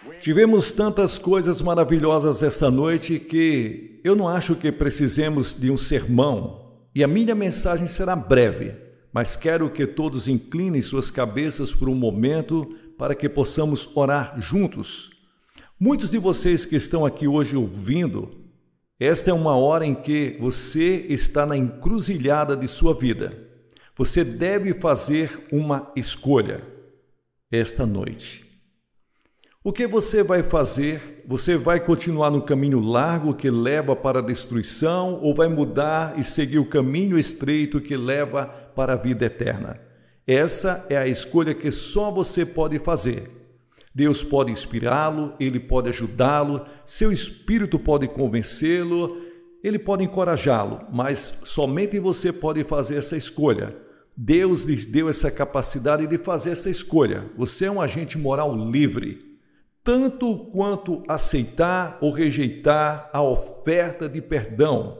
Tivemos tantas coisas maravilhosas esta noite que eu não acho que precisemos de um sermão, e a minha mensagem será breve, mas quero que todos inclinem suas cabeças por um momento para que possamos orar juntos. Muitos de vocês que estão aqui hoje ouvindo, esta é uma hora em que você está na encruzilhada de sua vida. Você deve fazer uma escolha esta noite. O que você vai fazer? Você vai continuar no caminho largo que leva para a destruição ou vai mudar e seguir o caminho estreito que leva para a vida eterna? Essa é a escolha que só você pode fazer. Deus pode inspirá-lo, Ele pode ajudá-lo, seu Espírito pode convencê-lo, Ele pode encorajá-lo, mas somente você pode fazer essa escolha. Deus lhes deu essa capacidade de fazer essa escolha. Você é um agente moral livre, tanto quanto aceitar ou rejeitar a oferta de perdão.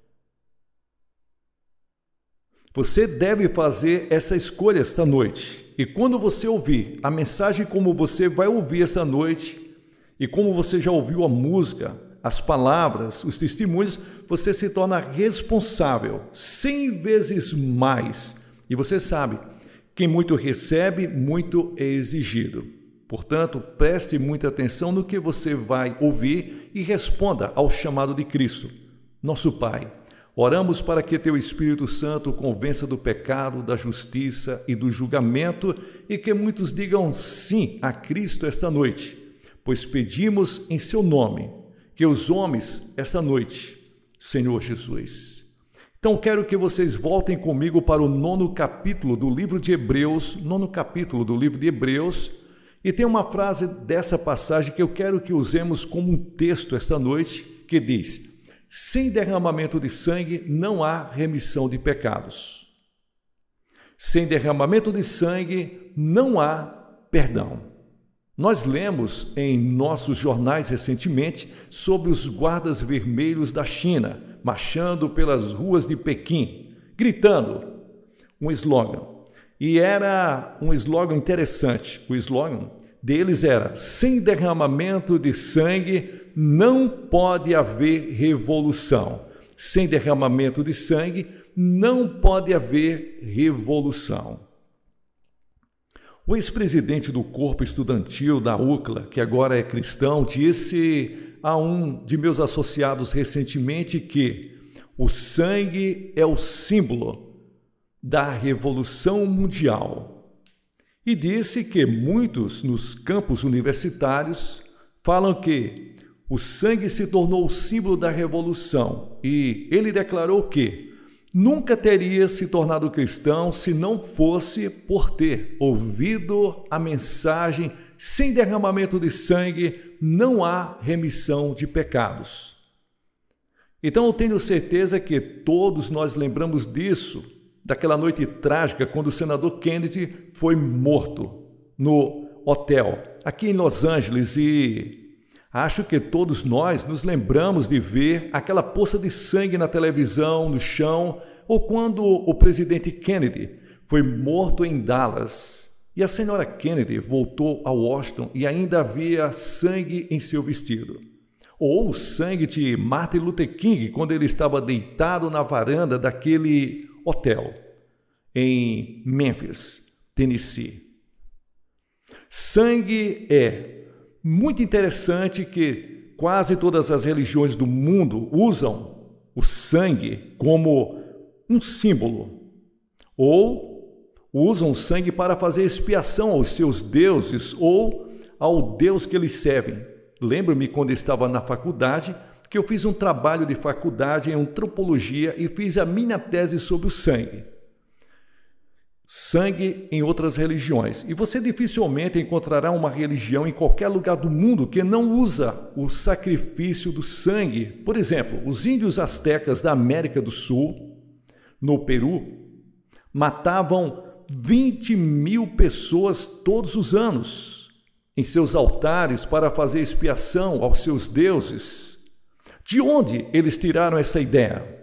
Você deve fazer essa escolha esta noite. E quando você ouvir a mensagem como você vai ouvir esta noite, e como você já ouviu a música, as palavras, os testemunhos, você se torna responsável 100 vezes mais. E você sabe, quem muito recebe, muito é exigido. Portanto, preste muita atenção no que você vai ouvir e responda ao chamado de Cristo. Nosso Pai, oramos para que Teu Espírito Santo convença do pecado, da justiça e do julgamento e que muitos digam sim a Cristo esta noite, pois pedimos em Seu nome que os homens esta noite, Senhor Jesus. Então, quero que vocês voltem comigo para o 9º capítulo do livro de Hebreus, e tem uma frase dessa passagem que eu quero que usemos como um texto esta noite, que diz: sem derramamento de sangue não há remissão de pecados. Sem derramamento de sangue não há perdão. Nós lemos em nossos jornais recentemente sobre os guardas vermelhos da China, marchando pelas ruas de Pequim, gritando um slogan. E era um slogan interessante. O slogan deles era: sem derramamento de sangue não pode haver revolução. Sem derramamento de sangue não pode haver revolução. O ex-presidente do corpo estudantil da UCLA, que agora é cristão, disse a um de meus associados recentemente que o sangue é o símbolo da Revolução Mundial. E disse que muitos nos campos universitários falam que o sangue se tornou o símbolo da revolução. E ele declarou que nunca teria se tornado cristão se não fosse por ter ouvido a mensagem: sem derramamento de sangue não há remissão de pecados. Então eu tenho certeza que todos nós lembramos disso, daquela noite trágica quando o senador Kennedy foi morto no hotel aqui em Los Angeles, e acho que todos nós nos lembramos de ver aquela poça de sangue na televisão, no chão, ou quando o presidente Kennedy foi morto em Dallas e a senhora Kennedy voltou a Washington e ainda havia sangue em seu vestido. Ou o sangue de Martin Luther King quando ele estava deitado na varanda daquele hotel em Memphis, Tennessee. Sangue é muito interessante que quase todas as religiões do mundo usam o sangue como um símbolo, ou usam o sangue para fazer expiação aos seus deuses ou ao Deus que eles servem. Lembro-me quando estava na faculdade que eu fiz um trabalho de faculdade em antropologia e fiz a minha tese sobre o sangue. Sangue em outras religiões. E você dificilmente encontrará uma religião em qualquer lugar do mundo que não usa o sacrifício do sangue. Por exemplo, os índios astecas da América do Sul, no Peru, matavam 20.000 pessoas todos os anos em seus altares para fazer expiação aos seus deuses. De onde eles tiraram essa ideia?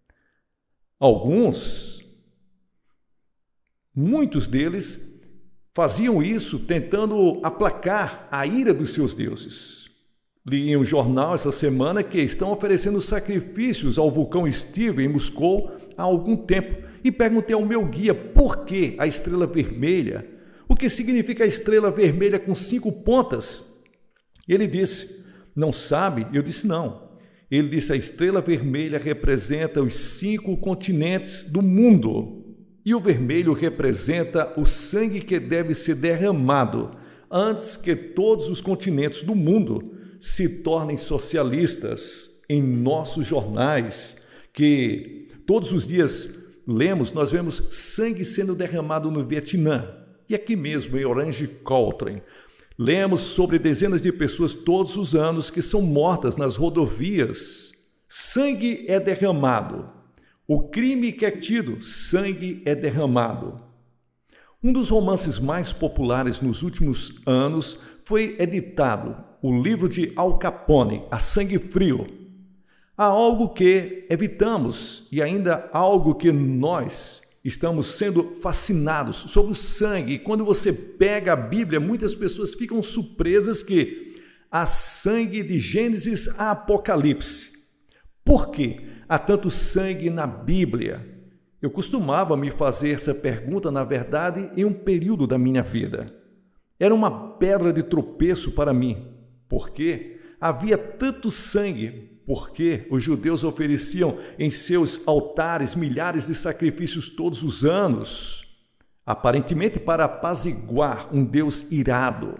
Muitos deles Faziam isso tentando aplacar a ira dos seus deuses. Li em um jornal essa semana que estão oferecendo sacrifícios ao vulcão Steve em Moscou há algum tempo e perguntei ao meu guia por que a estrela vermelha, o que significa a estrela vermelha com 5 pontas. Ele disse, não sabe? Eu disse, não. Ele disse, a estrela vermelha representa os 5 continentes do mundo. E o vermelho representa o sangue que deve ser derramado antes que todos os continentes do mundo se tornem socialistas. Em nossos jornais, que todos os dias lemos, nós vemos sangue sendo derramado no Vietnã. E aqui mesmo, em Orange County, lemos sobre dezenas de pessoas todos os anos que são mortas nas rodovias. Sangue é derramado. O crime que é tido, sangue é derramado. Um dos romances mais populares nos últimos anos foi editado, o livro de Al Capone, A Sangue Frio. Há algo que evitamos e ainda algo que nós estamos sendo fascinados sobre o sangue. E quando você pega a Bíblia, muitas pessoas ficam surpresas que há sangue de Gênesis a Apocalipse. Por quê? Há tanto sangue na Bíblia? Eu costumava me fazer essa pergunta, na verdade, em um período da minha vida. Era uma pedra de tropeço para mim. Por quê? Havia tanto sangue. Porque os judeus ofereciam em seus altares milhares de sacrifícios todos os anos, aparentemente para apaziguar um Deus irado.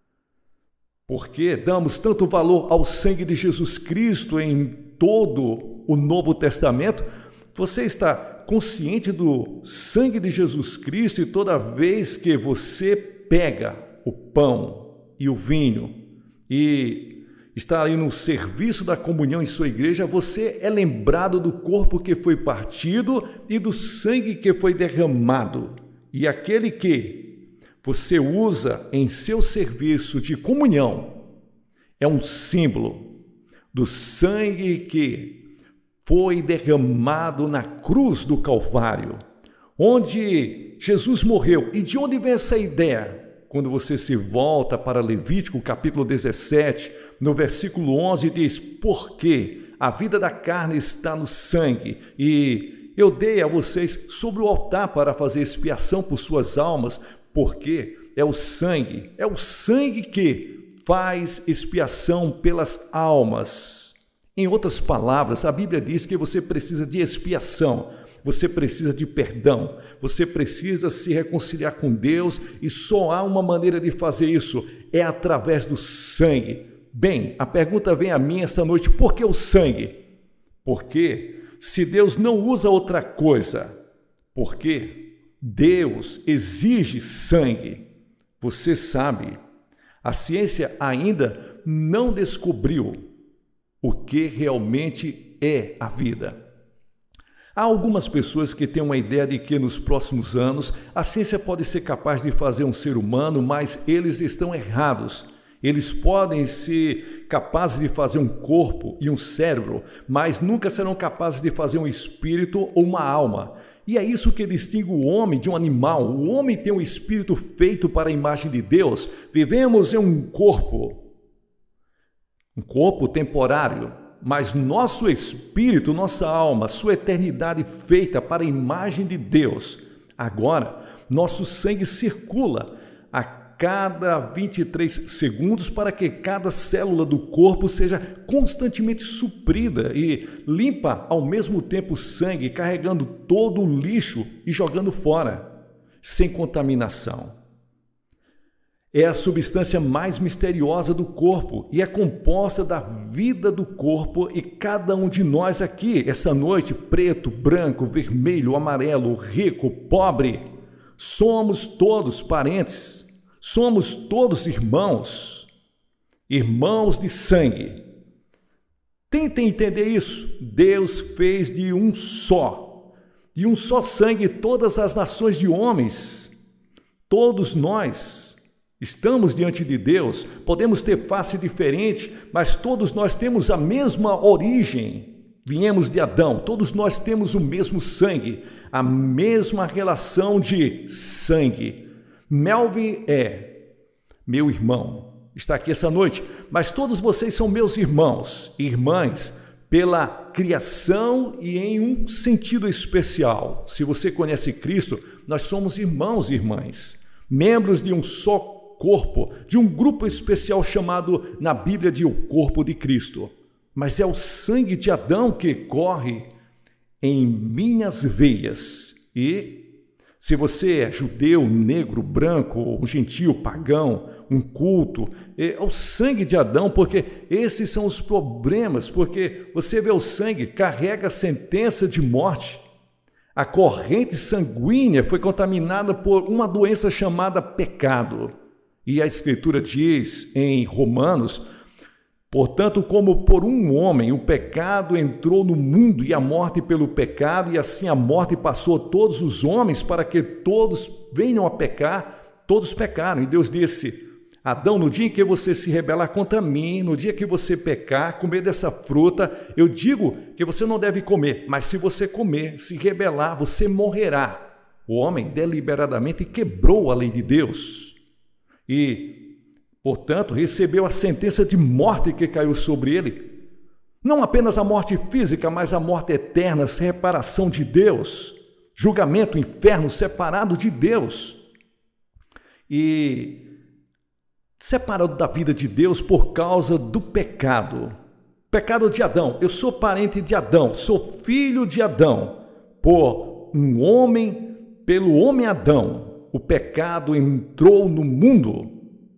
Por que damos tanto valor ao sangue de Jesus Cristo em todo o Novo Testamento? Você está consciente do sangue de Jesus Cristo e toda vez que você pega o pão e o vinho e está ali no serviço da comunhão em sua igreja, você é lembrado do corpo que foi partido e do sangue que foi derramado. E aquele que você usa em seu serviço de comunhão é um símbolo do sangue que foi derramado na cruz do Calvário, onde Jesus morreu. E de onde vem essa ideia? Quando você se volta para Levítico, capítulo 17, no versículo 11, diz, porque a vida da carne está no sangue, e eu dei a vocês sobre o altar para fazer expiação por suas almas, porque é o sangue que faz expiação pelas almas. Em outras palavras, a Bíblia diz que você precisa de expiação, você precisa de perdão, você precisa se reconciliar com Deus e só há uma maneira de fazer isso, é através do sangue. Bem, a pergunta vem a mim esta noite, por que o sangue? Porque se Deus não usa outra coisa, porque Deus exige sangue. Você sabe, a ciência ainda não descobriu o que realmente é a vida. Há algumas pessoas que têm uma ideia de que nos próximos anos a ciência pode ser capaz de fazer um ser humano, mas eles estão errados. Eles podem ser capazes de fazer um corpo e um cérebro, mas nunca serão capazes de fazer um espírito ou uma alma. E é isso que distingue o homem de um animal. O homem tem um espírito feito para a imagem de Deus. Vivemos em um corpo temporário, mas nosso espírito, nossa alma, sua eternidade feita para a imagem de Deus. Agora, nosso sangue circula a cada 23 segundos para que cada célula do corpo seja constantemente suprida e limpa ao mesmo tempo o sangue, carregando todo o lixo e jogando fora, sem contaminação. É a substância mais misteriosa do corpo e é composta da vida do corpo, e cada um de nós aqui, essa noite, preto, branco, vermelho, amarelo, rico, pobre, somos todos parentes, somos todos irmãos de sangue. Tentem entender isso. Deus fez de um só sangue todas as nações de homens. Todos nós estamos diante de Deus, podemos ter face diferente, mas todos nós temos a mesma origem. Viemos de Adão, todos nós temos o mesmo sangue, a mesma relação de sangue. Melvin é meu irmão, está aqui essa noite, mas todos vocês são meus irmãos e irmãs pela criação e em um sentido especial. Se você conhece Cristo, nós somos irmãos e irmãs, membros de um só corpo, de um grupo especial chamado na Bíblia de o corpo de Cristo. Mas é o sangue de Adão que corre em minhas veias. E se você é judeu, negro, branco, ou gentil, pagão, um culto, é o sangue de Adão, porque esses são os problemas, porque você vê o sangue, carrega a sentença de morte. A corrente sanguínea foi contaminada por uma doença chamada pecado. E a Escritura diz em Romanos: portanto, como por um homem o pecado entrou no mundo e a morte pelo pecado, e assim a morte passou a todos os homens para que todos venham a pecar, todos pecaram. E Deus disse: Adão, no dia em que você se rebelar contra mim, no dia que você pecar, comer dessa fruta, eu digo que você não deve comer, mas se você comer, se rebelar, você morrerá. O homem deliberadamente quebrou a lei de Deus e, portanto, recebeu a sentença de morte que caiu sobre ele. Não apenas a morte física, mas a morte eterna, separação de Deus, julgamento, inferno, separado de Deus. E separado da vida de Deus por causa do pecado. Pecado de Adão. Eu sou parente de Adão, sou filho de Adão. Por um homem, pelo homem Adão, o pecado entrou no mundo.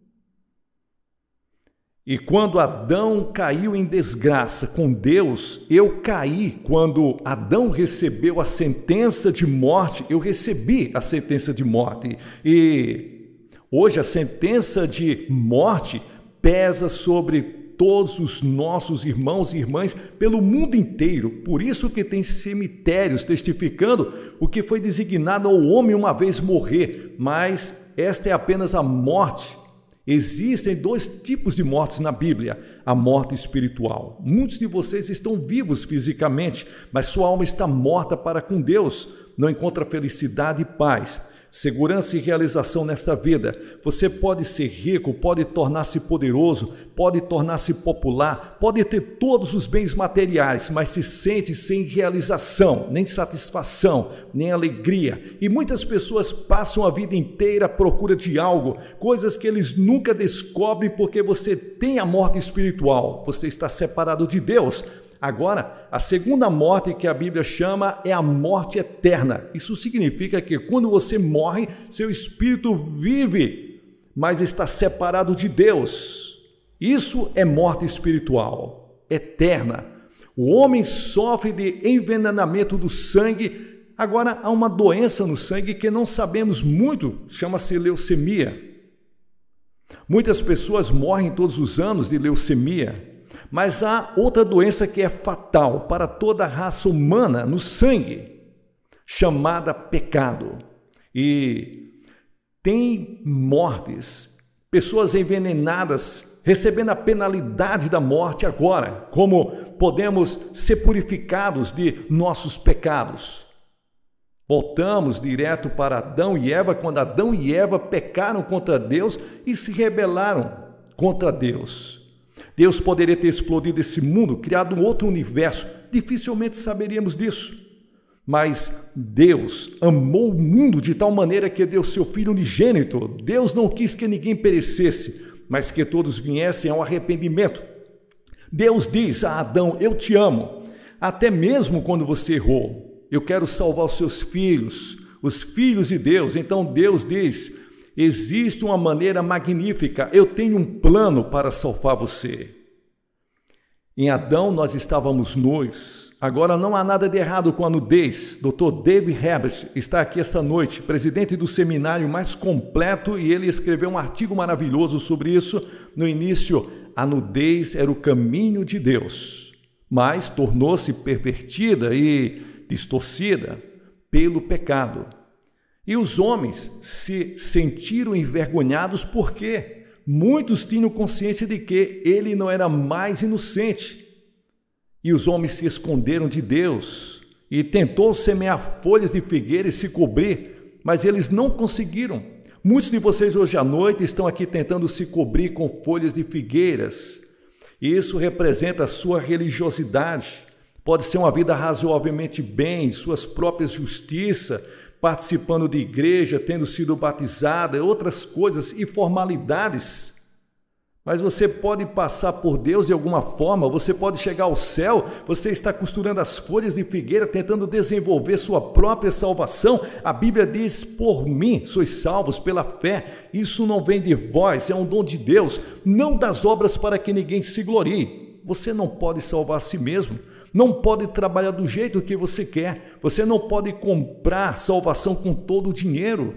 E quando Adão caiu em desgraça com Deus, eu caí. Quando Adão recebeu a sentença de morte, eu recebi a sentença de morte. E hoje a sentença de morte pesa sobre todos os nossos irmãos e irmãs pelo mundo inteiro. Por isso que tem cemitérios testificando o que foi designado ao homem uma vez morrer. Mas esta é apenas a morte. Existem dois tipos de mortes na Bíblia: a morte espiritual. Muitos de vocês estão vivos fisicamente, mas sua alma está morta para com Deus. Não encontra felicidade e paz, segurança e realização nesta vida. Você pode ser rico, pode tornar-se poderoso, pode tornar-se popular, pode ter todos os bens materiais, mas se sente sem realização, nem satisfação, nem alegria. E muitas pessoas passam a vida inteira à procura de algo, coisas que eles nunca descobrem porque você tem a morte espiritual, você está separado de Deus. Agora, a segunda morte que a Bíblia chama é a morte eterna. Isso significa que quando você morre, seu espírito vive, mas está separado de Deus. Isso é morte espiritual, eterna. O homem sofre de envenenamento do sangue. Agora, há uma doença no sangue que não sabemos muito, chama-se leucemia. Muitas pessoas morrem todos os anos de leucemia. Mas há outra doença que é fatal para toda a raça humana no sangue, chamada pecado. E tem mortes, pessoas envenenadas, recebendo a penalidade da morte agora. Como podemos ser purificados de nossos pecados? Voltamos direto para Adão e Eva, quando Adão e Eva pecaram contra Deus e se rebelaram contra Deus. Deus poderia ter explodido esse mundo, criado um outro universo. Dificilmente saberíamos disso. Mas Deus amou o mundo de tal maneira que deu seu Filho unigênito. Deus não quis que ninguém perecesse, mas que todos viessem ao arrependimento. Deus diz a Adão: eu te amo, até mesmo quando você errou. Eu quero salvar os seus filhos, os filhos de Deus. Então Deus diz: existe uma maneira magnífica, eu tenho um plano para salvar você. Em Adão nós estávamos nus, agora não há nada de errado com a nudez. Dr. David Herbert está aqui esta noite, presidente do seminário mais completo, e ele escreveu um artigo maravilhoso sobre isso. No início, a nudez era o caminho de Deus, mas tornou-se pervertida e distorcida pelo pecado. E os homens se sentiram envergonhados porque muitos tinham consciência de que ele não era mais inocente. E os homens se esconderam de Deus e tentou semear folhas de figueira e se cobrir, mas eles não conseguiram, Muitos de vocês hoje à noite estão aqui tentando se cobrir com folhas de figueiras. E isso representa a sua religiosidade. Pode ser uma vida razoavelmente bem, suas próprias justiças, participando de igreja, tendo sido batizada, outras coisas e formalidades. Mas você pode passar por Deus de alguma forma, você pode chegar ao céu, você está costurando as folhas de figueira, tentando desenvolver sua própria salvação. A Bíblia diz, por mim sois salvos pela fé. Isso não vem de vós, é um dom de Deus, não das obras para que ninguém se glorie. Você não pode salvar a si mesmo, não pode trabalhar do jeito que você quer, você não pode comprar salvação com todo o dinheiro.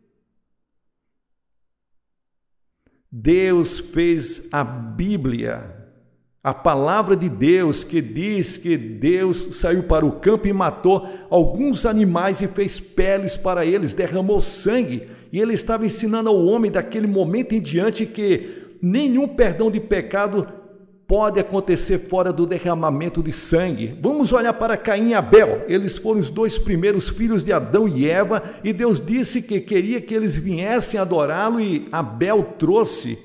Deus fez a Bíblia, a palavra de Deus, que diz que Deus saiu para o campo e matou alguns animais e fez peles para eles, derramou sangue, e ele estava ensinando ao homem daquele momento em diante que nenhum perdão de pecado pode acontecer fora do derramamento de sangue. Vamos olhar para Caim e Abel. Eles foram os dois primeiros filhos de Adão e Eva, e Deus disse que queria que eles viessem adorá-lo, e Abel trouxe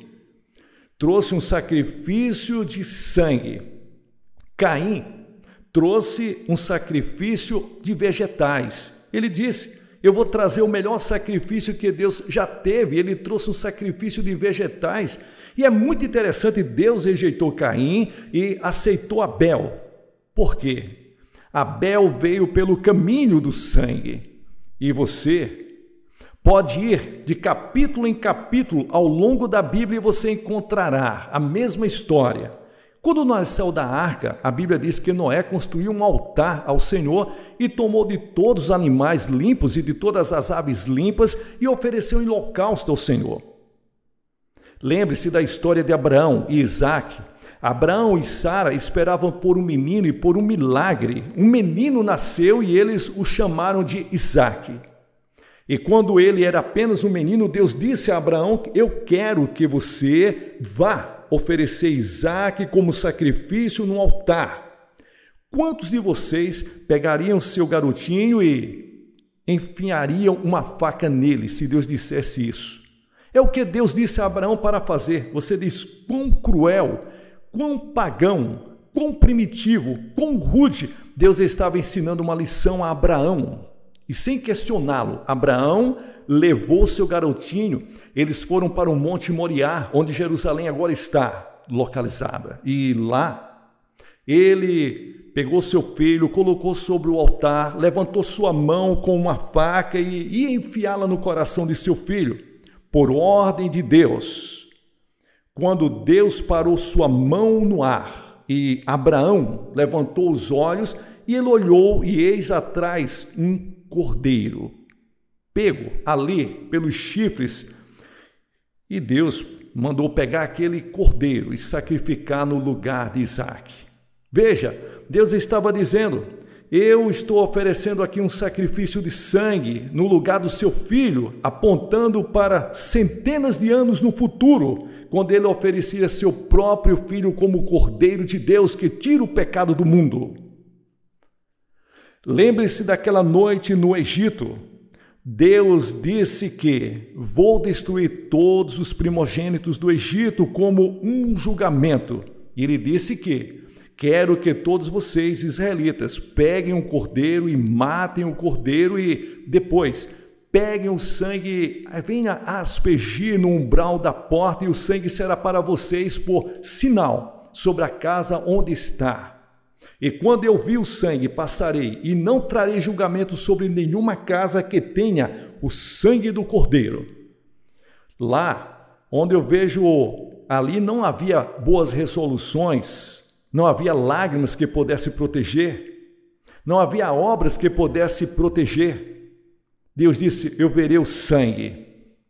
um sacrifício de sangue. Caim trouxe um sacrifício de vegetais. Ele disse, eu vou trazer o melhor sacrifício que Deus já teve. Ele trouxe um sacrifício de vegetais. E é muito interessante, Deus rejeitou Caim e aceitou Abel. Por quê? Abel veio pelo caminho do sangue. E você pode ir de capítulo em capítulo ao longo da Bíblia e você encontrará a mesma história. Quando Noé saiu da arca, a Bíblia diz que Noé construiu um altar ao Senhor e tomou de todos os animais limpos e de todas as aves limpas e ofereceu em holocausto ao Senhor. Lembre-se da história de Abraão e Isaque. Abraão e Sara esperavam por um menino e por um milagre. Um menino nasceu e eles o chamaram de Isaque. E quando ele era apenas um menino, Deus disse a Abraão, eu quero que você vá oferecer Isaque como sacrifício no altar. Quantos de vocês pegariam seu garotinho e enfiariam uma faca nele, se Deus dissesse isso? É o que Deus disse a Abraão para fazer. Você diz, quão cruel, quão pagão, quão primitivo, quão rude. Deus estava ensinando uma lição a Abraão. E sem questioná-lo, Abraão levou seu garotinho. Eles foram para o Monte Moriá, onde Jerusalém agora está localizada. E lá, ele pegou seu filho, colocou sobre o altar, levantou sua mão com uma faca e ia enfiá-la no coração de seu filho. Por ordem de Deus, quando Deus parou sua mão no ar e Abraão levantou os olhos e ele olhou e eis atrás um cordeiro, pego ali pelos chifres, e Deus mandou pegar aquele cordeiro e sacrificar no lugar de Isaque. Veja, Deus estava dizendo, eu estou oferecendo aqui um sacrifício de sangue no lugar do seu filho, apontando para centenas de anos no futuro, quando ele oferecia seu próprio filho como cordeiro de Deus que tira o pecado do mundo. Lembre-se daquela noite no Egito. Deus disse que vou destruir todos os primogênitos do Egito como um julgamento. E ele disse que quero que todos vocês, israelitas, peguem um cordeiro e matem o cordeiro e depois peguem o sangue, venha aspergir no umbral da porta e o sangue será para vocês por sinal sobre a casa onde está. E quando eu vi o sangue, passarei e não trarei julgamento sobre nenhuma casa que tenha o sangue do cordeiro. Lá, onde eu vejo, ali não havia boas resoluções, não havia lágrimas que pudesse proteger, não havia obras que pudesse proteger. Deus disse, eu verei o sangue.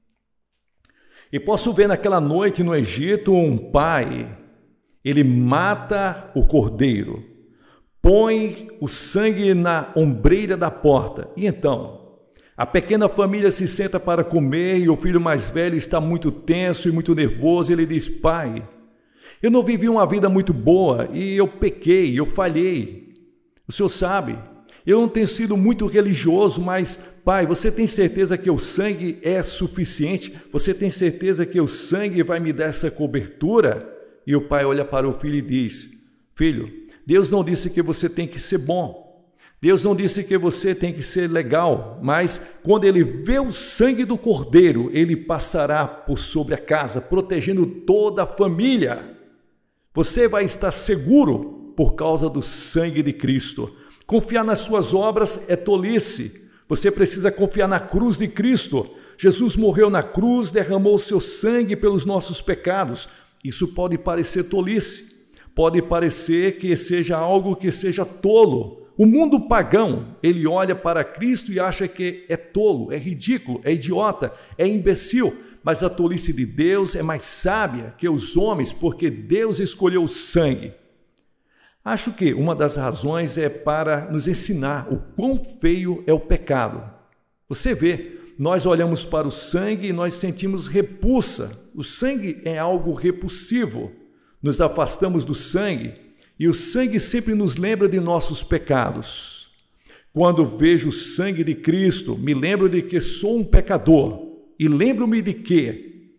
E posso ver naquela noite no Egito um pai, ele mata o cordeiro, põe o sangue na ombreira da porta. E então, a pequena família se senta para comer e o filho mais velho está muito tenso e muito nervoso. Ele diz, pai, eu não vivi uma vida muito boa e eu pequei, eu falhei. O senhor sabe, Eu não tenho sido muito religioso, mas, Pai, você tem certeza que o sangue é suficiente? Você tem certeza que o sangue vai me dar essa cobertura? E o pai olha para o filho e diz: filho, Deus não disse que você tem que ser bom. Deus não disse que você tem que ser legal, mas quando ele vê o sangue do cordeiro, ele passará por sobre a casa, protegendo toda a família. Você vai estar seguro por causa do sangue de Cristo. Confiar nas suas obras é tolice. Você precisa confiar na cruz de Cristo. Jesus morreu na cruz, derramou seu sangue pelos nossos pecados. Isso pode parecer tolice, pode parecer que seja algo que seja tolo. O mundo pagão, ele olha para Cristo e acha que é tolo, é ridículo, é idiota, é imbecil. Mas a tolice de Deus é mais sábia que os homens, porque Deus escolheu o sangue. Acho que uma das razões é para nos ensinar o quão feio é o pecado. Você vê, nós olhamos para o sangue e nós sentimos repulsa. O sangue é algo repulsivo. Nos afastamos do sangue e o sangue sempre nos lembra de nossos pecados. Quando vejo o sangue de Cristo, me lembro de que sou um pecador e lembro-me de que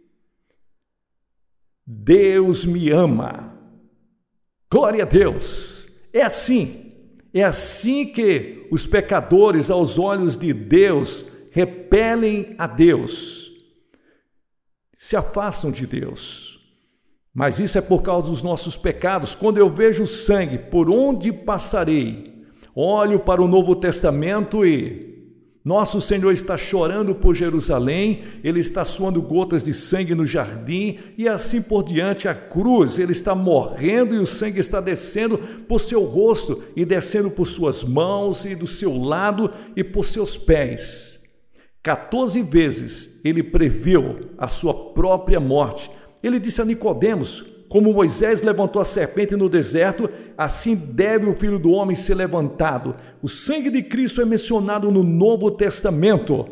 Deus me ama. Glória a Deus! É assim que os pecadores, aos olhos de Deus, repelem a Deus, se afastam de Deus. Mas isso é por causa dos nossos pecados. Quando eu vejo o sangue, por onde passarei? Olho para o Novo Testamento e nosso Senhor está chorando por Jerusalém, ele está suando gotas de sangue no jardim e assim por diante. A cruz, ele está morrendo e o sangue está descendo por seu rosto e descendo por suas mãos e do seu lado e por seus pés. 14 vezes ele previu a sua própria morte. Ele disse a Nicodemos: como Moisés levantou a serpente no deserto, assim deve o Filho do Homem ser levantado. O sangue de Cristo é mencionado no Novo Testamento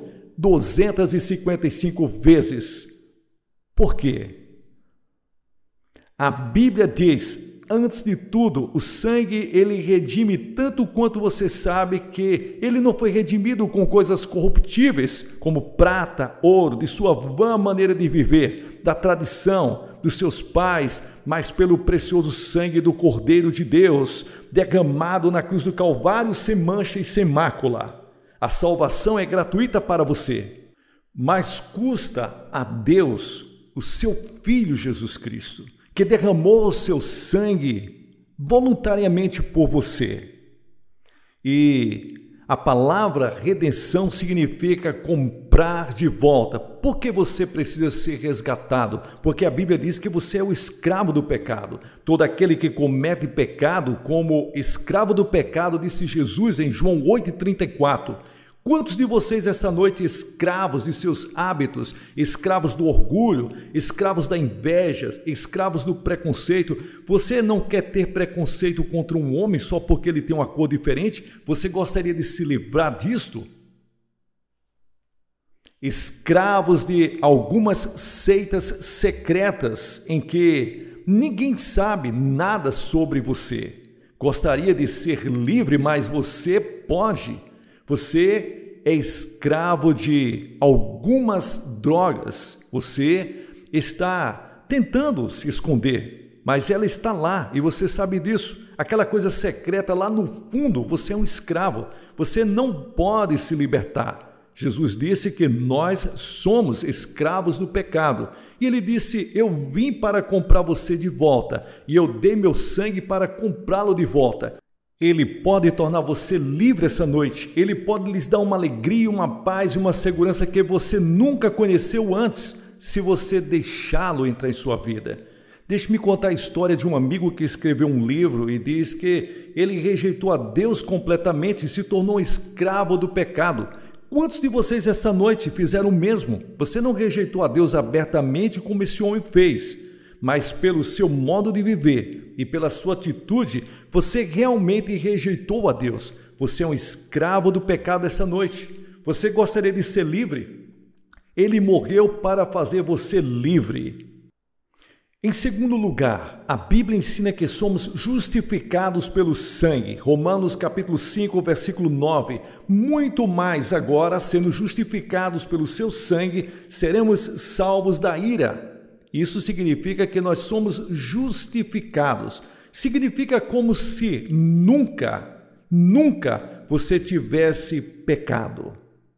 255 vezes. Por quê? A Bíblia diz, antes de tudo, o sangue ele redime tanto quanto você sabe que ele não foi redimido com coisas corruptíveis, como prata, ouro, de sua vã maneira de viver, da tradição, dos seus pais, mas pelo precioso sangue do Cordeiro de Deus, derramado na cruz do Calvário sem mancha e sem mácula. A salvação é gratuita para você, mas custa a Deus o seu Filho Jesus Cristo, que derramou o seu sangue voluntariamente por você. E a palavra redenção significa comprar de volta. Por que você precisa ser resgatado? Porque a Bíblia diz que você é o escravo do pecado. Todo aquele que comete pecado, como escravo do pecado, disse Jesus em João 8,34. Quantos de vocês esta noite escravos de seus hábitos, escravos do orgulho, escravos da inveja, escravos do preconceito? Você não quer ter preconceito contra um homem só porque ele tem uma cor diferente? Você gostaria de se livrar disto? Escravos de algumas seitas secretas em que ninguém sabe nada sobre você. Gostaria de ser livre, mas você pode. Você é escravo de algumas drogas. Você está tentando se esconder, mas ela está lá e você sabe disso. Aquela coisa secreta lá no fundo, você é um escravo. Você não pode se libertar. Jesus disse que nós somos escravos do pecado. E ele disse, eu vim para comprar você de volta e eu dei meu sangue para comprá-lo de volta. Ele pode tornar você livre essa noite. Ele pode lhes dar uma alegria, uma paz e uma segurança que você nunca conheceu antes, se você deixá-lo entrar em sua vida. Deixe-me contar a história de um amigo que escreveu um livro e diz que ele rejeitou a Deus completamente e se tornou escravo do pecado. Quantos de vocês essa noite fizeram o mesmo? Você não rejeitou a Deus abertamente como esse homem fez, mas pelo seu modo de viver e pela sua atitude, você realmente rejeitou a Deus. Você é um escravo do pecado essa noite. Você gostaria de ser livre? Ele morreu para fazer você livre. Em segundo lugar, a Bíblia ensina que somos justificados pelo sangue. Romanos capítulo 5, versículo 9. Muito mais agora, sendo justificados pelo seu sangue, seremos salvos da ira. Isso significa que nós somos justificados. Significa como se nunca você tivesse pecado.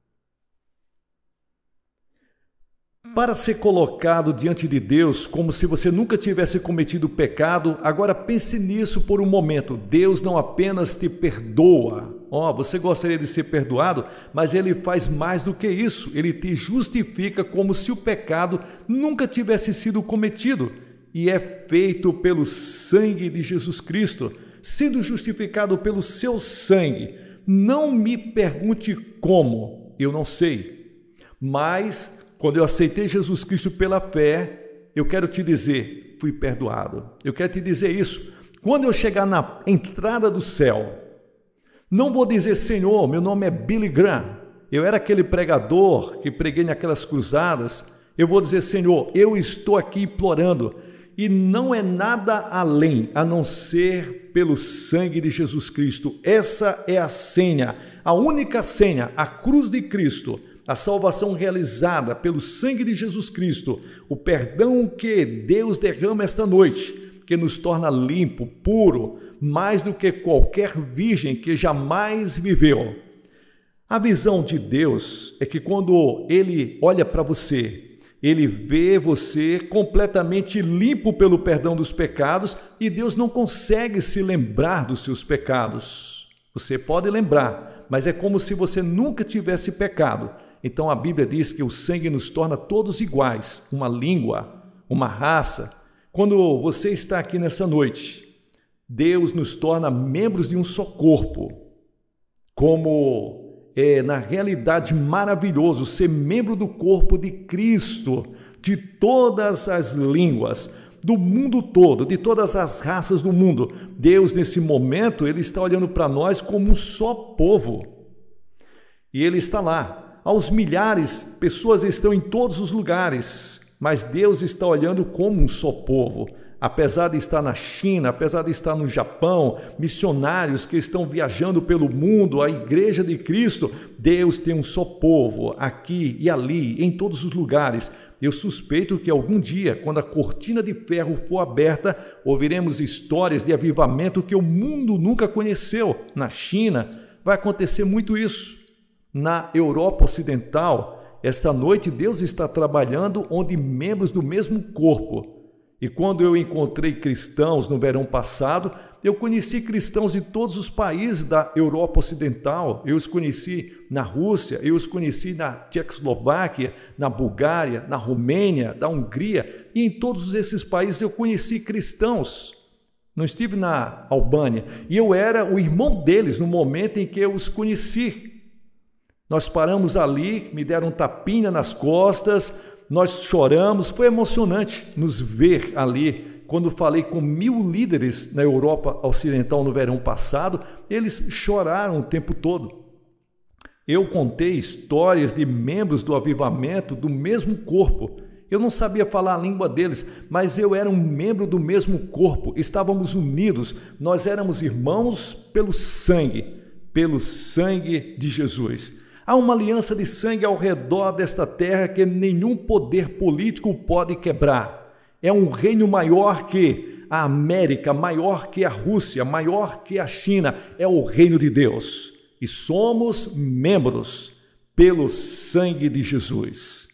Para ser colocado diante de Deus como se você nunca tivesse cometido pecado, agora pense nisso por um momento. Deus não apenas te perdoa. Você gostaria de ser perdoado, mas Ele faz mais do que isso. Ele te justifica como se o pecado nunca tivesse sido cometido. E é feito pelo sangue de Jesus Cristo, sendo justificado pelo seu sangue. Não me pergunte como, eu não sei. Mas quando eu aceitei Jesus Cristo pela fé, eu quero te dizer, fui perdoado. Eu quero te dizer isso. Quando eu chegar na entrada do céu, não vou dizer, Senhor, meu nome é Billy Graham. Eu era aquele pregador que preguei naquelas cruzadas. Eu vou dizer, Senhor, eu estou aqui implorando. E não é nada além a não ser pelo sangue de Jesus Cristo. Essa é a senha, a única senha, a cruz de Cristo. A salvação realizada pelo sangue de Jesus Cristo, o perdão que Deus derrama esta noite, que nos torna limpo, puro, mais do que qualquer virgem que jamais viveu. A visão de Deus é que quando Ele olha para você, Ele vê você completamente limpo pelo perdão dos pecados e Deus não consegue se lembrar dos seus pecados. Você pode lembrar, mas é como se você nunca tivesse pecado. Então a Bíblia diz que o sangue nos torna todos iguais, uma língua, uma raça. Quando você está aqui nessa noite, Deus nos torna membros de um só corpo. Como é na realidade maravilhoso ser membro do corpo de Cristo, de todas as línguas, do mundo todo, de todas as raças do mundo. Deus nesse momento, Ele está olhando para nós como um só povo. E Ele está lá. Aos milhares, pessoas estão em todos os lugares, mas Deus está olhando como um só povo. Apesar de estar na China, apesar de estar no Japão, missionários que estão viajando pelo mundo, a Igreja de Cristo, Deus tem um só povo, aqui e ali, em todos os lugares. Eu suspeito que algum dia, quando a cortina de ferro for aberta, ouviremos histórias de avivamento que o mundo nunca conheceu. Na China, vai acontecer muito isso. Na Europa Ocidental, esta noite Deus está trabalhando onde membros do mesmo corpo. E quando eu encontrei cristãos no verão passado, eu conheci cristãos de todos os países da Europa Ocidental. Eu os conheci na Rússia, eu os conheci na Tchecoslováquia, na Bulgária, na Romênia, na Hungria. E em todos esses países eu conheci cristãos. Não estive na Albânia. E eu era o irmão deles no momento em que eu os conheci. Nós paramos ali, me deram um tapinha nas costas, nós choramos, foi emocionante nos ver ali. Quando falei com 1000 líderes na Europa Ocidental no verão passado, eles choraram o tempo todo. Eu contei histórias de membros do avivamento do mesmo corpo. Eu não sabia falar a língua deles, mas eu era um membro do mesmo corpo, estávamos unidos, nós éramos irmãos pelo sangue de Jesus. Há uma aliança de sangue ao redor desta terra que nenhum poder político pode quebrar. É um reino maior que a América, maior que a Rússia, maior que a China. É o reino de Deus. E somos membros pelo sangue de Jesus.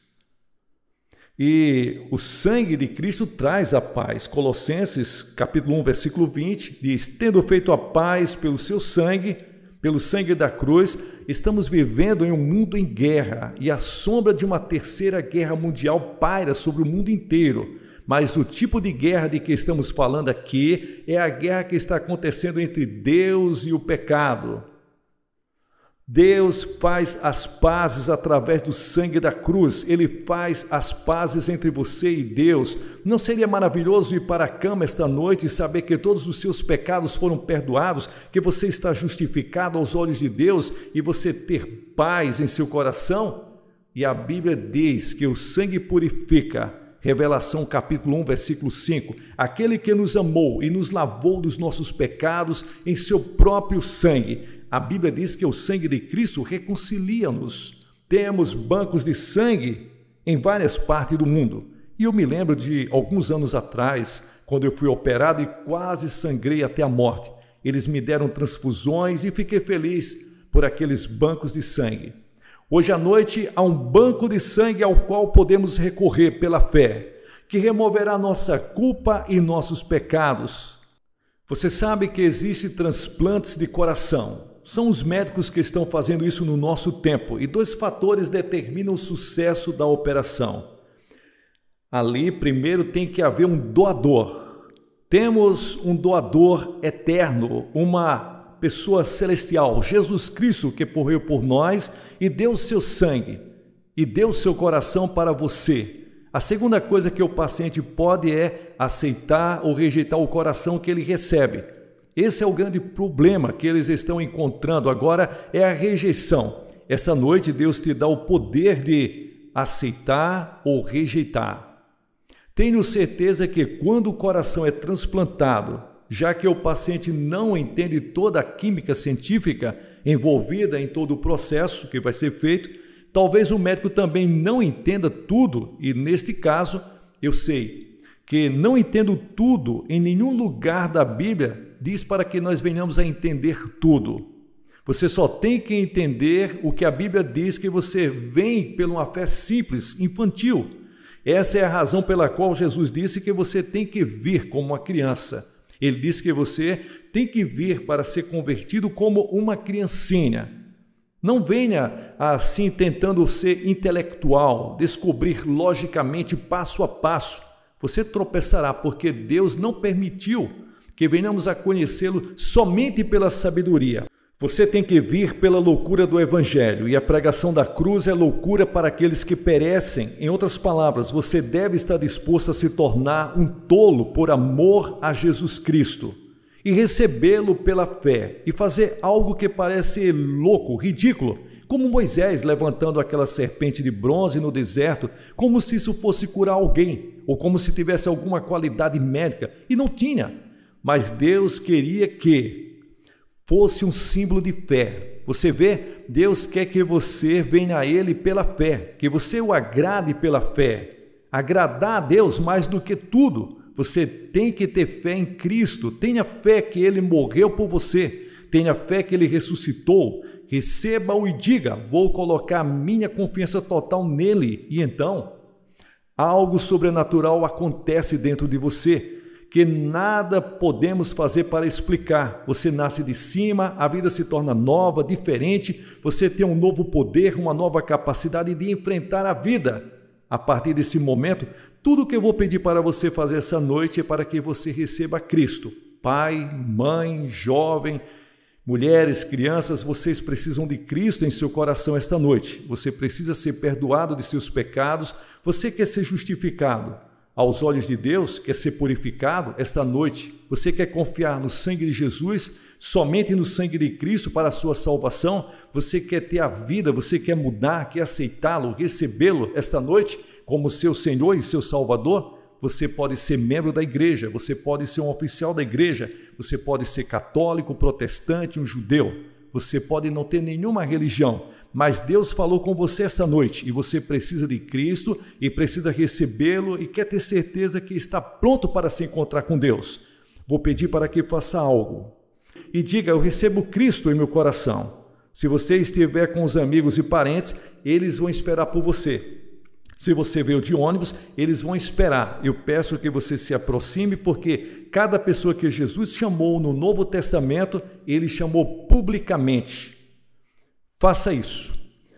E o sangue de Cristo traz a paz. Colossenses capítulo 1, versículo 20, diz: tendo feito a paz pelo seu sangue, pelo sangue da cruz, estamos vivendo em um mundo em guerra e a sombra de uma terceira guerra mundial paira sobre o mundo inteiro. Mas o tipo de guerra de que estamos falando aqui é a guerra que está acontecendo entre Deus e o pecado. Deus faz as pazes através do sangue da cruz. Ele faz as pazes entre você e Deus. Não seria maravilhoso ir para a cama esta noite e saber que todos os seus pecados foram perdoados, que você está justificado aos olhos de Deus e você ter paz em seu coração? E a Bíblia diz que o sangue purifica Revelação capítulo 1, versículo 5. Aquele que nos amou e nos lavou dos nossos pecados em seu próprio sangue. A Bíblia diz que o sangue de Cristo reconcilia-nos. Temos bancos de sangue em várias partes do mundo. E eu me lembro de alguns anos atrás, quando eu fui operado e quase sangrei até a morte. Eles me deram transfusões e fiquei feliz por aqueles bancos de sangue. Hoje à noite há um banco de sangue ao qual podemos recorrer pela fé, que removerá nossa culpa e nossos pecados. Você sabe que existem transplantes de coração. São os médicos que estão fazendo isso no nosso tempo, e 2 fatores determinam o sucesso da operação. Ali, primeiro, tem que haver um doador. Temos um doador eterno, uma pessoa celestial, Jesus Cristo, que morreu por nós e deu seu sangue e deu seu coração para você. A segunda coisa que o paciente pode é aceitar ou rejeitar o coração que ele recebe. Esse é o grande problema que eles estão encontrando agora, é a rejeição. Essa noite Deus te dá o poder de aceitar ou rejeitar. Tenho certeza que quando o coração é transplantado, já que o paciente não entende toda a química científica envolvida em todo o processo que vai ser feito, talvez o médico também não entenda tudo, e neste caso, eu sei que não entendo tudo, em nenhum lugar da Bíblia diz para que nós venhamos a entender tudo. Você só tem que entender o que a Bíblia diz, que você vem por uma fé simples, infantil. Essa é a razão pela qual Jesus disse que você tem que vir como uma criança. Ele disse que você tem que vir para ser convertido como uma criancinha. Não venha assim tentando ser intelectual, descobrir logicamente passo a passo. Você tropeçará, porque Deus não permitiu que venhamos a conhecê-lo somente pela sabedoria. Você tem que vir pela loucura do Evangelho, e a pregação da cruz é loucura para aqueles que perecem. Em outras palavras, você deve estar disposto a se tornar um tolo por amor a Jesus Cristo e recebê-lo pela fé e fazer algo que parece louco, ridículo, como Moisés levantando aquela serpente de bronze no deserto, como se isso fosse curar alguém, ou como se tivesse alguma qualidade médica, e não tinha. Mas Deus queria que fosse um símbolo de fé. Você vê, Deus quer que você venha a Ele pela fé, que você o agrade pela fé. Agradar a Deus mais do que tudo. Você tem que ter fé em Cristo, tenha fé que Ele morreu por você, tenha fé que Ele ressuscitou, receba-o e diga, vou colocar minha confiança total nele, e então algo sobrenatural acontece dentro de você, que nada podemos fazer para explicar. Você nasce de cima, a vida se torna nova, diferente, você tem um novo poder, uma nova capacidade de enfrentar a vida. A partir desse momento, tudo que eu vou pedir para você fazer essa noite é para que você receba Cristo. Pai, mãe, jovem, mulheres, crianças, vocês precisam de Cristo em seu coração esta noite. Você precisa ser perdoado de seus pecados, você quer ser justificado aos olhos de Deus, quer ser purificado esta noite. Você quer confiar no sangue de Jesus, somente no sangue de Cristo para a sua salvação. Você quer ter a vida, você quer mudar, quer aceitá-lo, recebê-lo esta noite como seu Senhor e seu Salvador. Você pode ser membro da igreja, você pode ser um oficial da igreja, você pode ser católico, protestante, um judeu. Você pode não ter nenhuma religião, mas Deus falou com você essa noite e você precisa de Cristo e precisa recebê-lo e quer ter certeza que está pronto para se encontrar com Deus. Vou pedir para que faça algo e diga, eu recebo Cristo em meu coração. Se você estiver com os amigos e parentes, eles vão esperar por você. Se você veio de ônibus, eles vão esperar. Eu peço que você se aproxime, porque cada pessoa que Jesus chamou no Novo Testamento, ele chamou publicamente. Faça isso.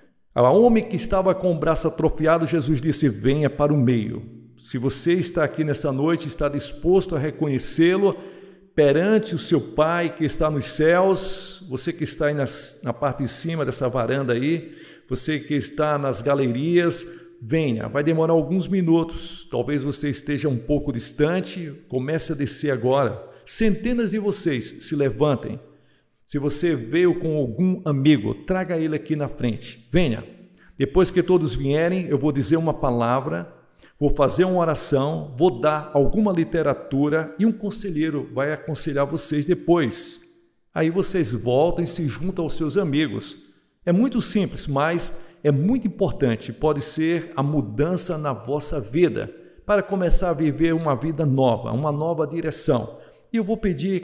Ao homem que estava com o braço atrofiado, Jesus disse, venha para o meio. Se você está aqui nessa noite, está disposto a reconhecê-lo perante o seu Pai que está nos céus, você que está aí na parte de cima dessa varanda aí, você que está nas galerias, venha. Vai demorar alguns minutos, talvez você esteja um pouco distante, comece a descer agora. Centenas de vocês se levantem. Se você veio com algum amigo, traga ele aqui na frente. Venha. Depois que todos vierem, eu vou dizer uma palavra. vou fazer uma oração, vou dar alguma literatura e um conselheiro vai aconselhar vocês depois. Aí vocês voltam e se juntam aos seus amigos. É muito simples, mas é muito importante. Pode ser a mudança na vossa vida, para começar a viver uma vida nova, uma nova direção. E eu vou pedir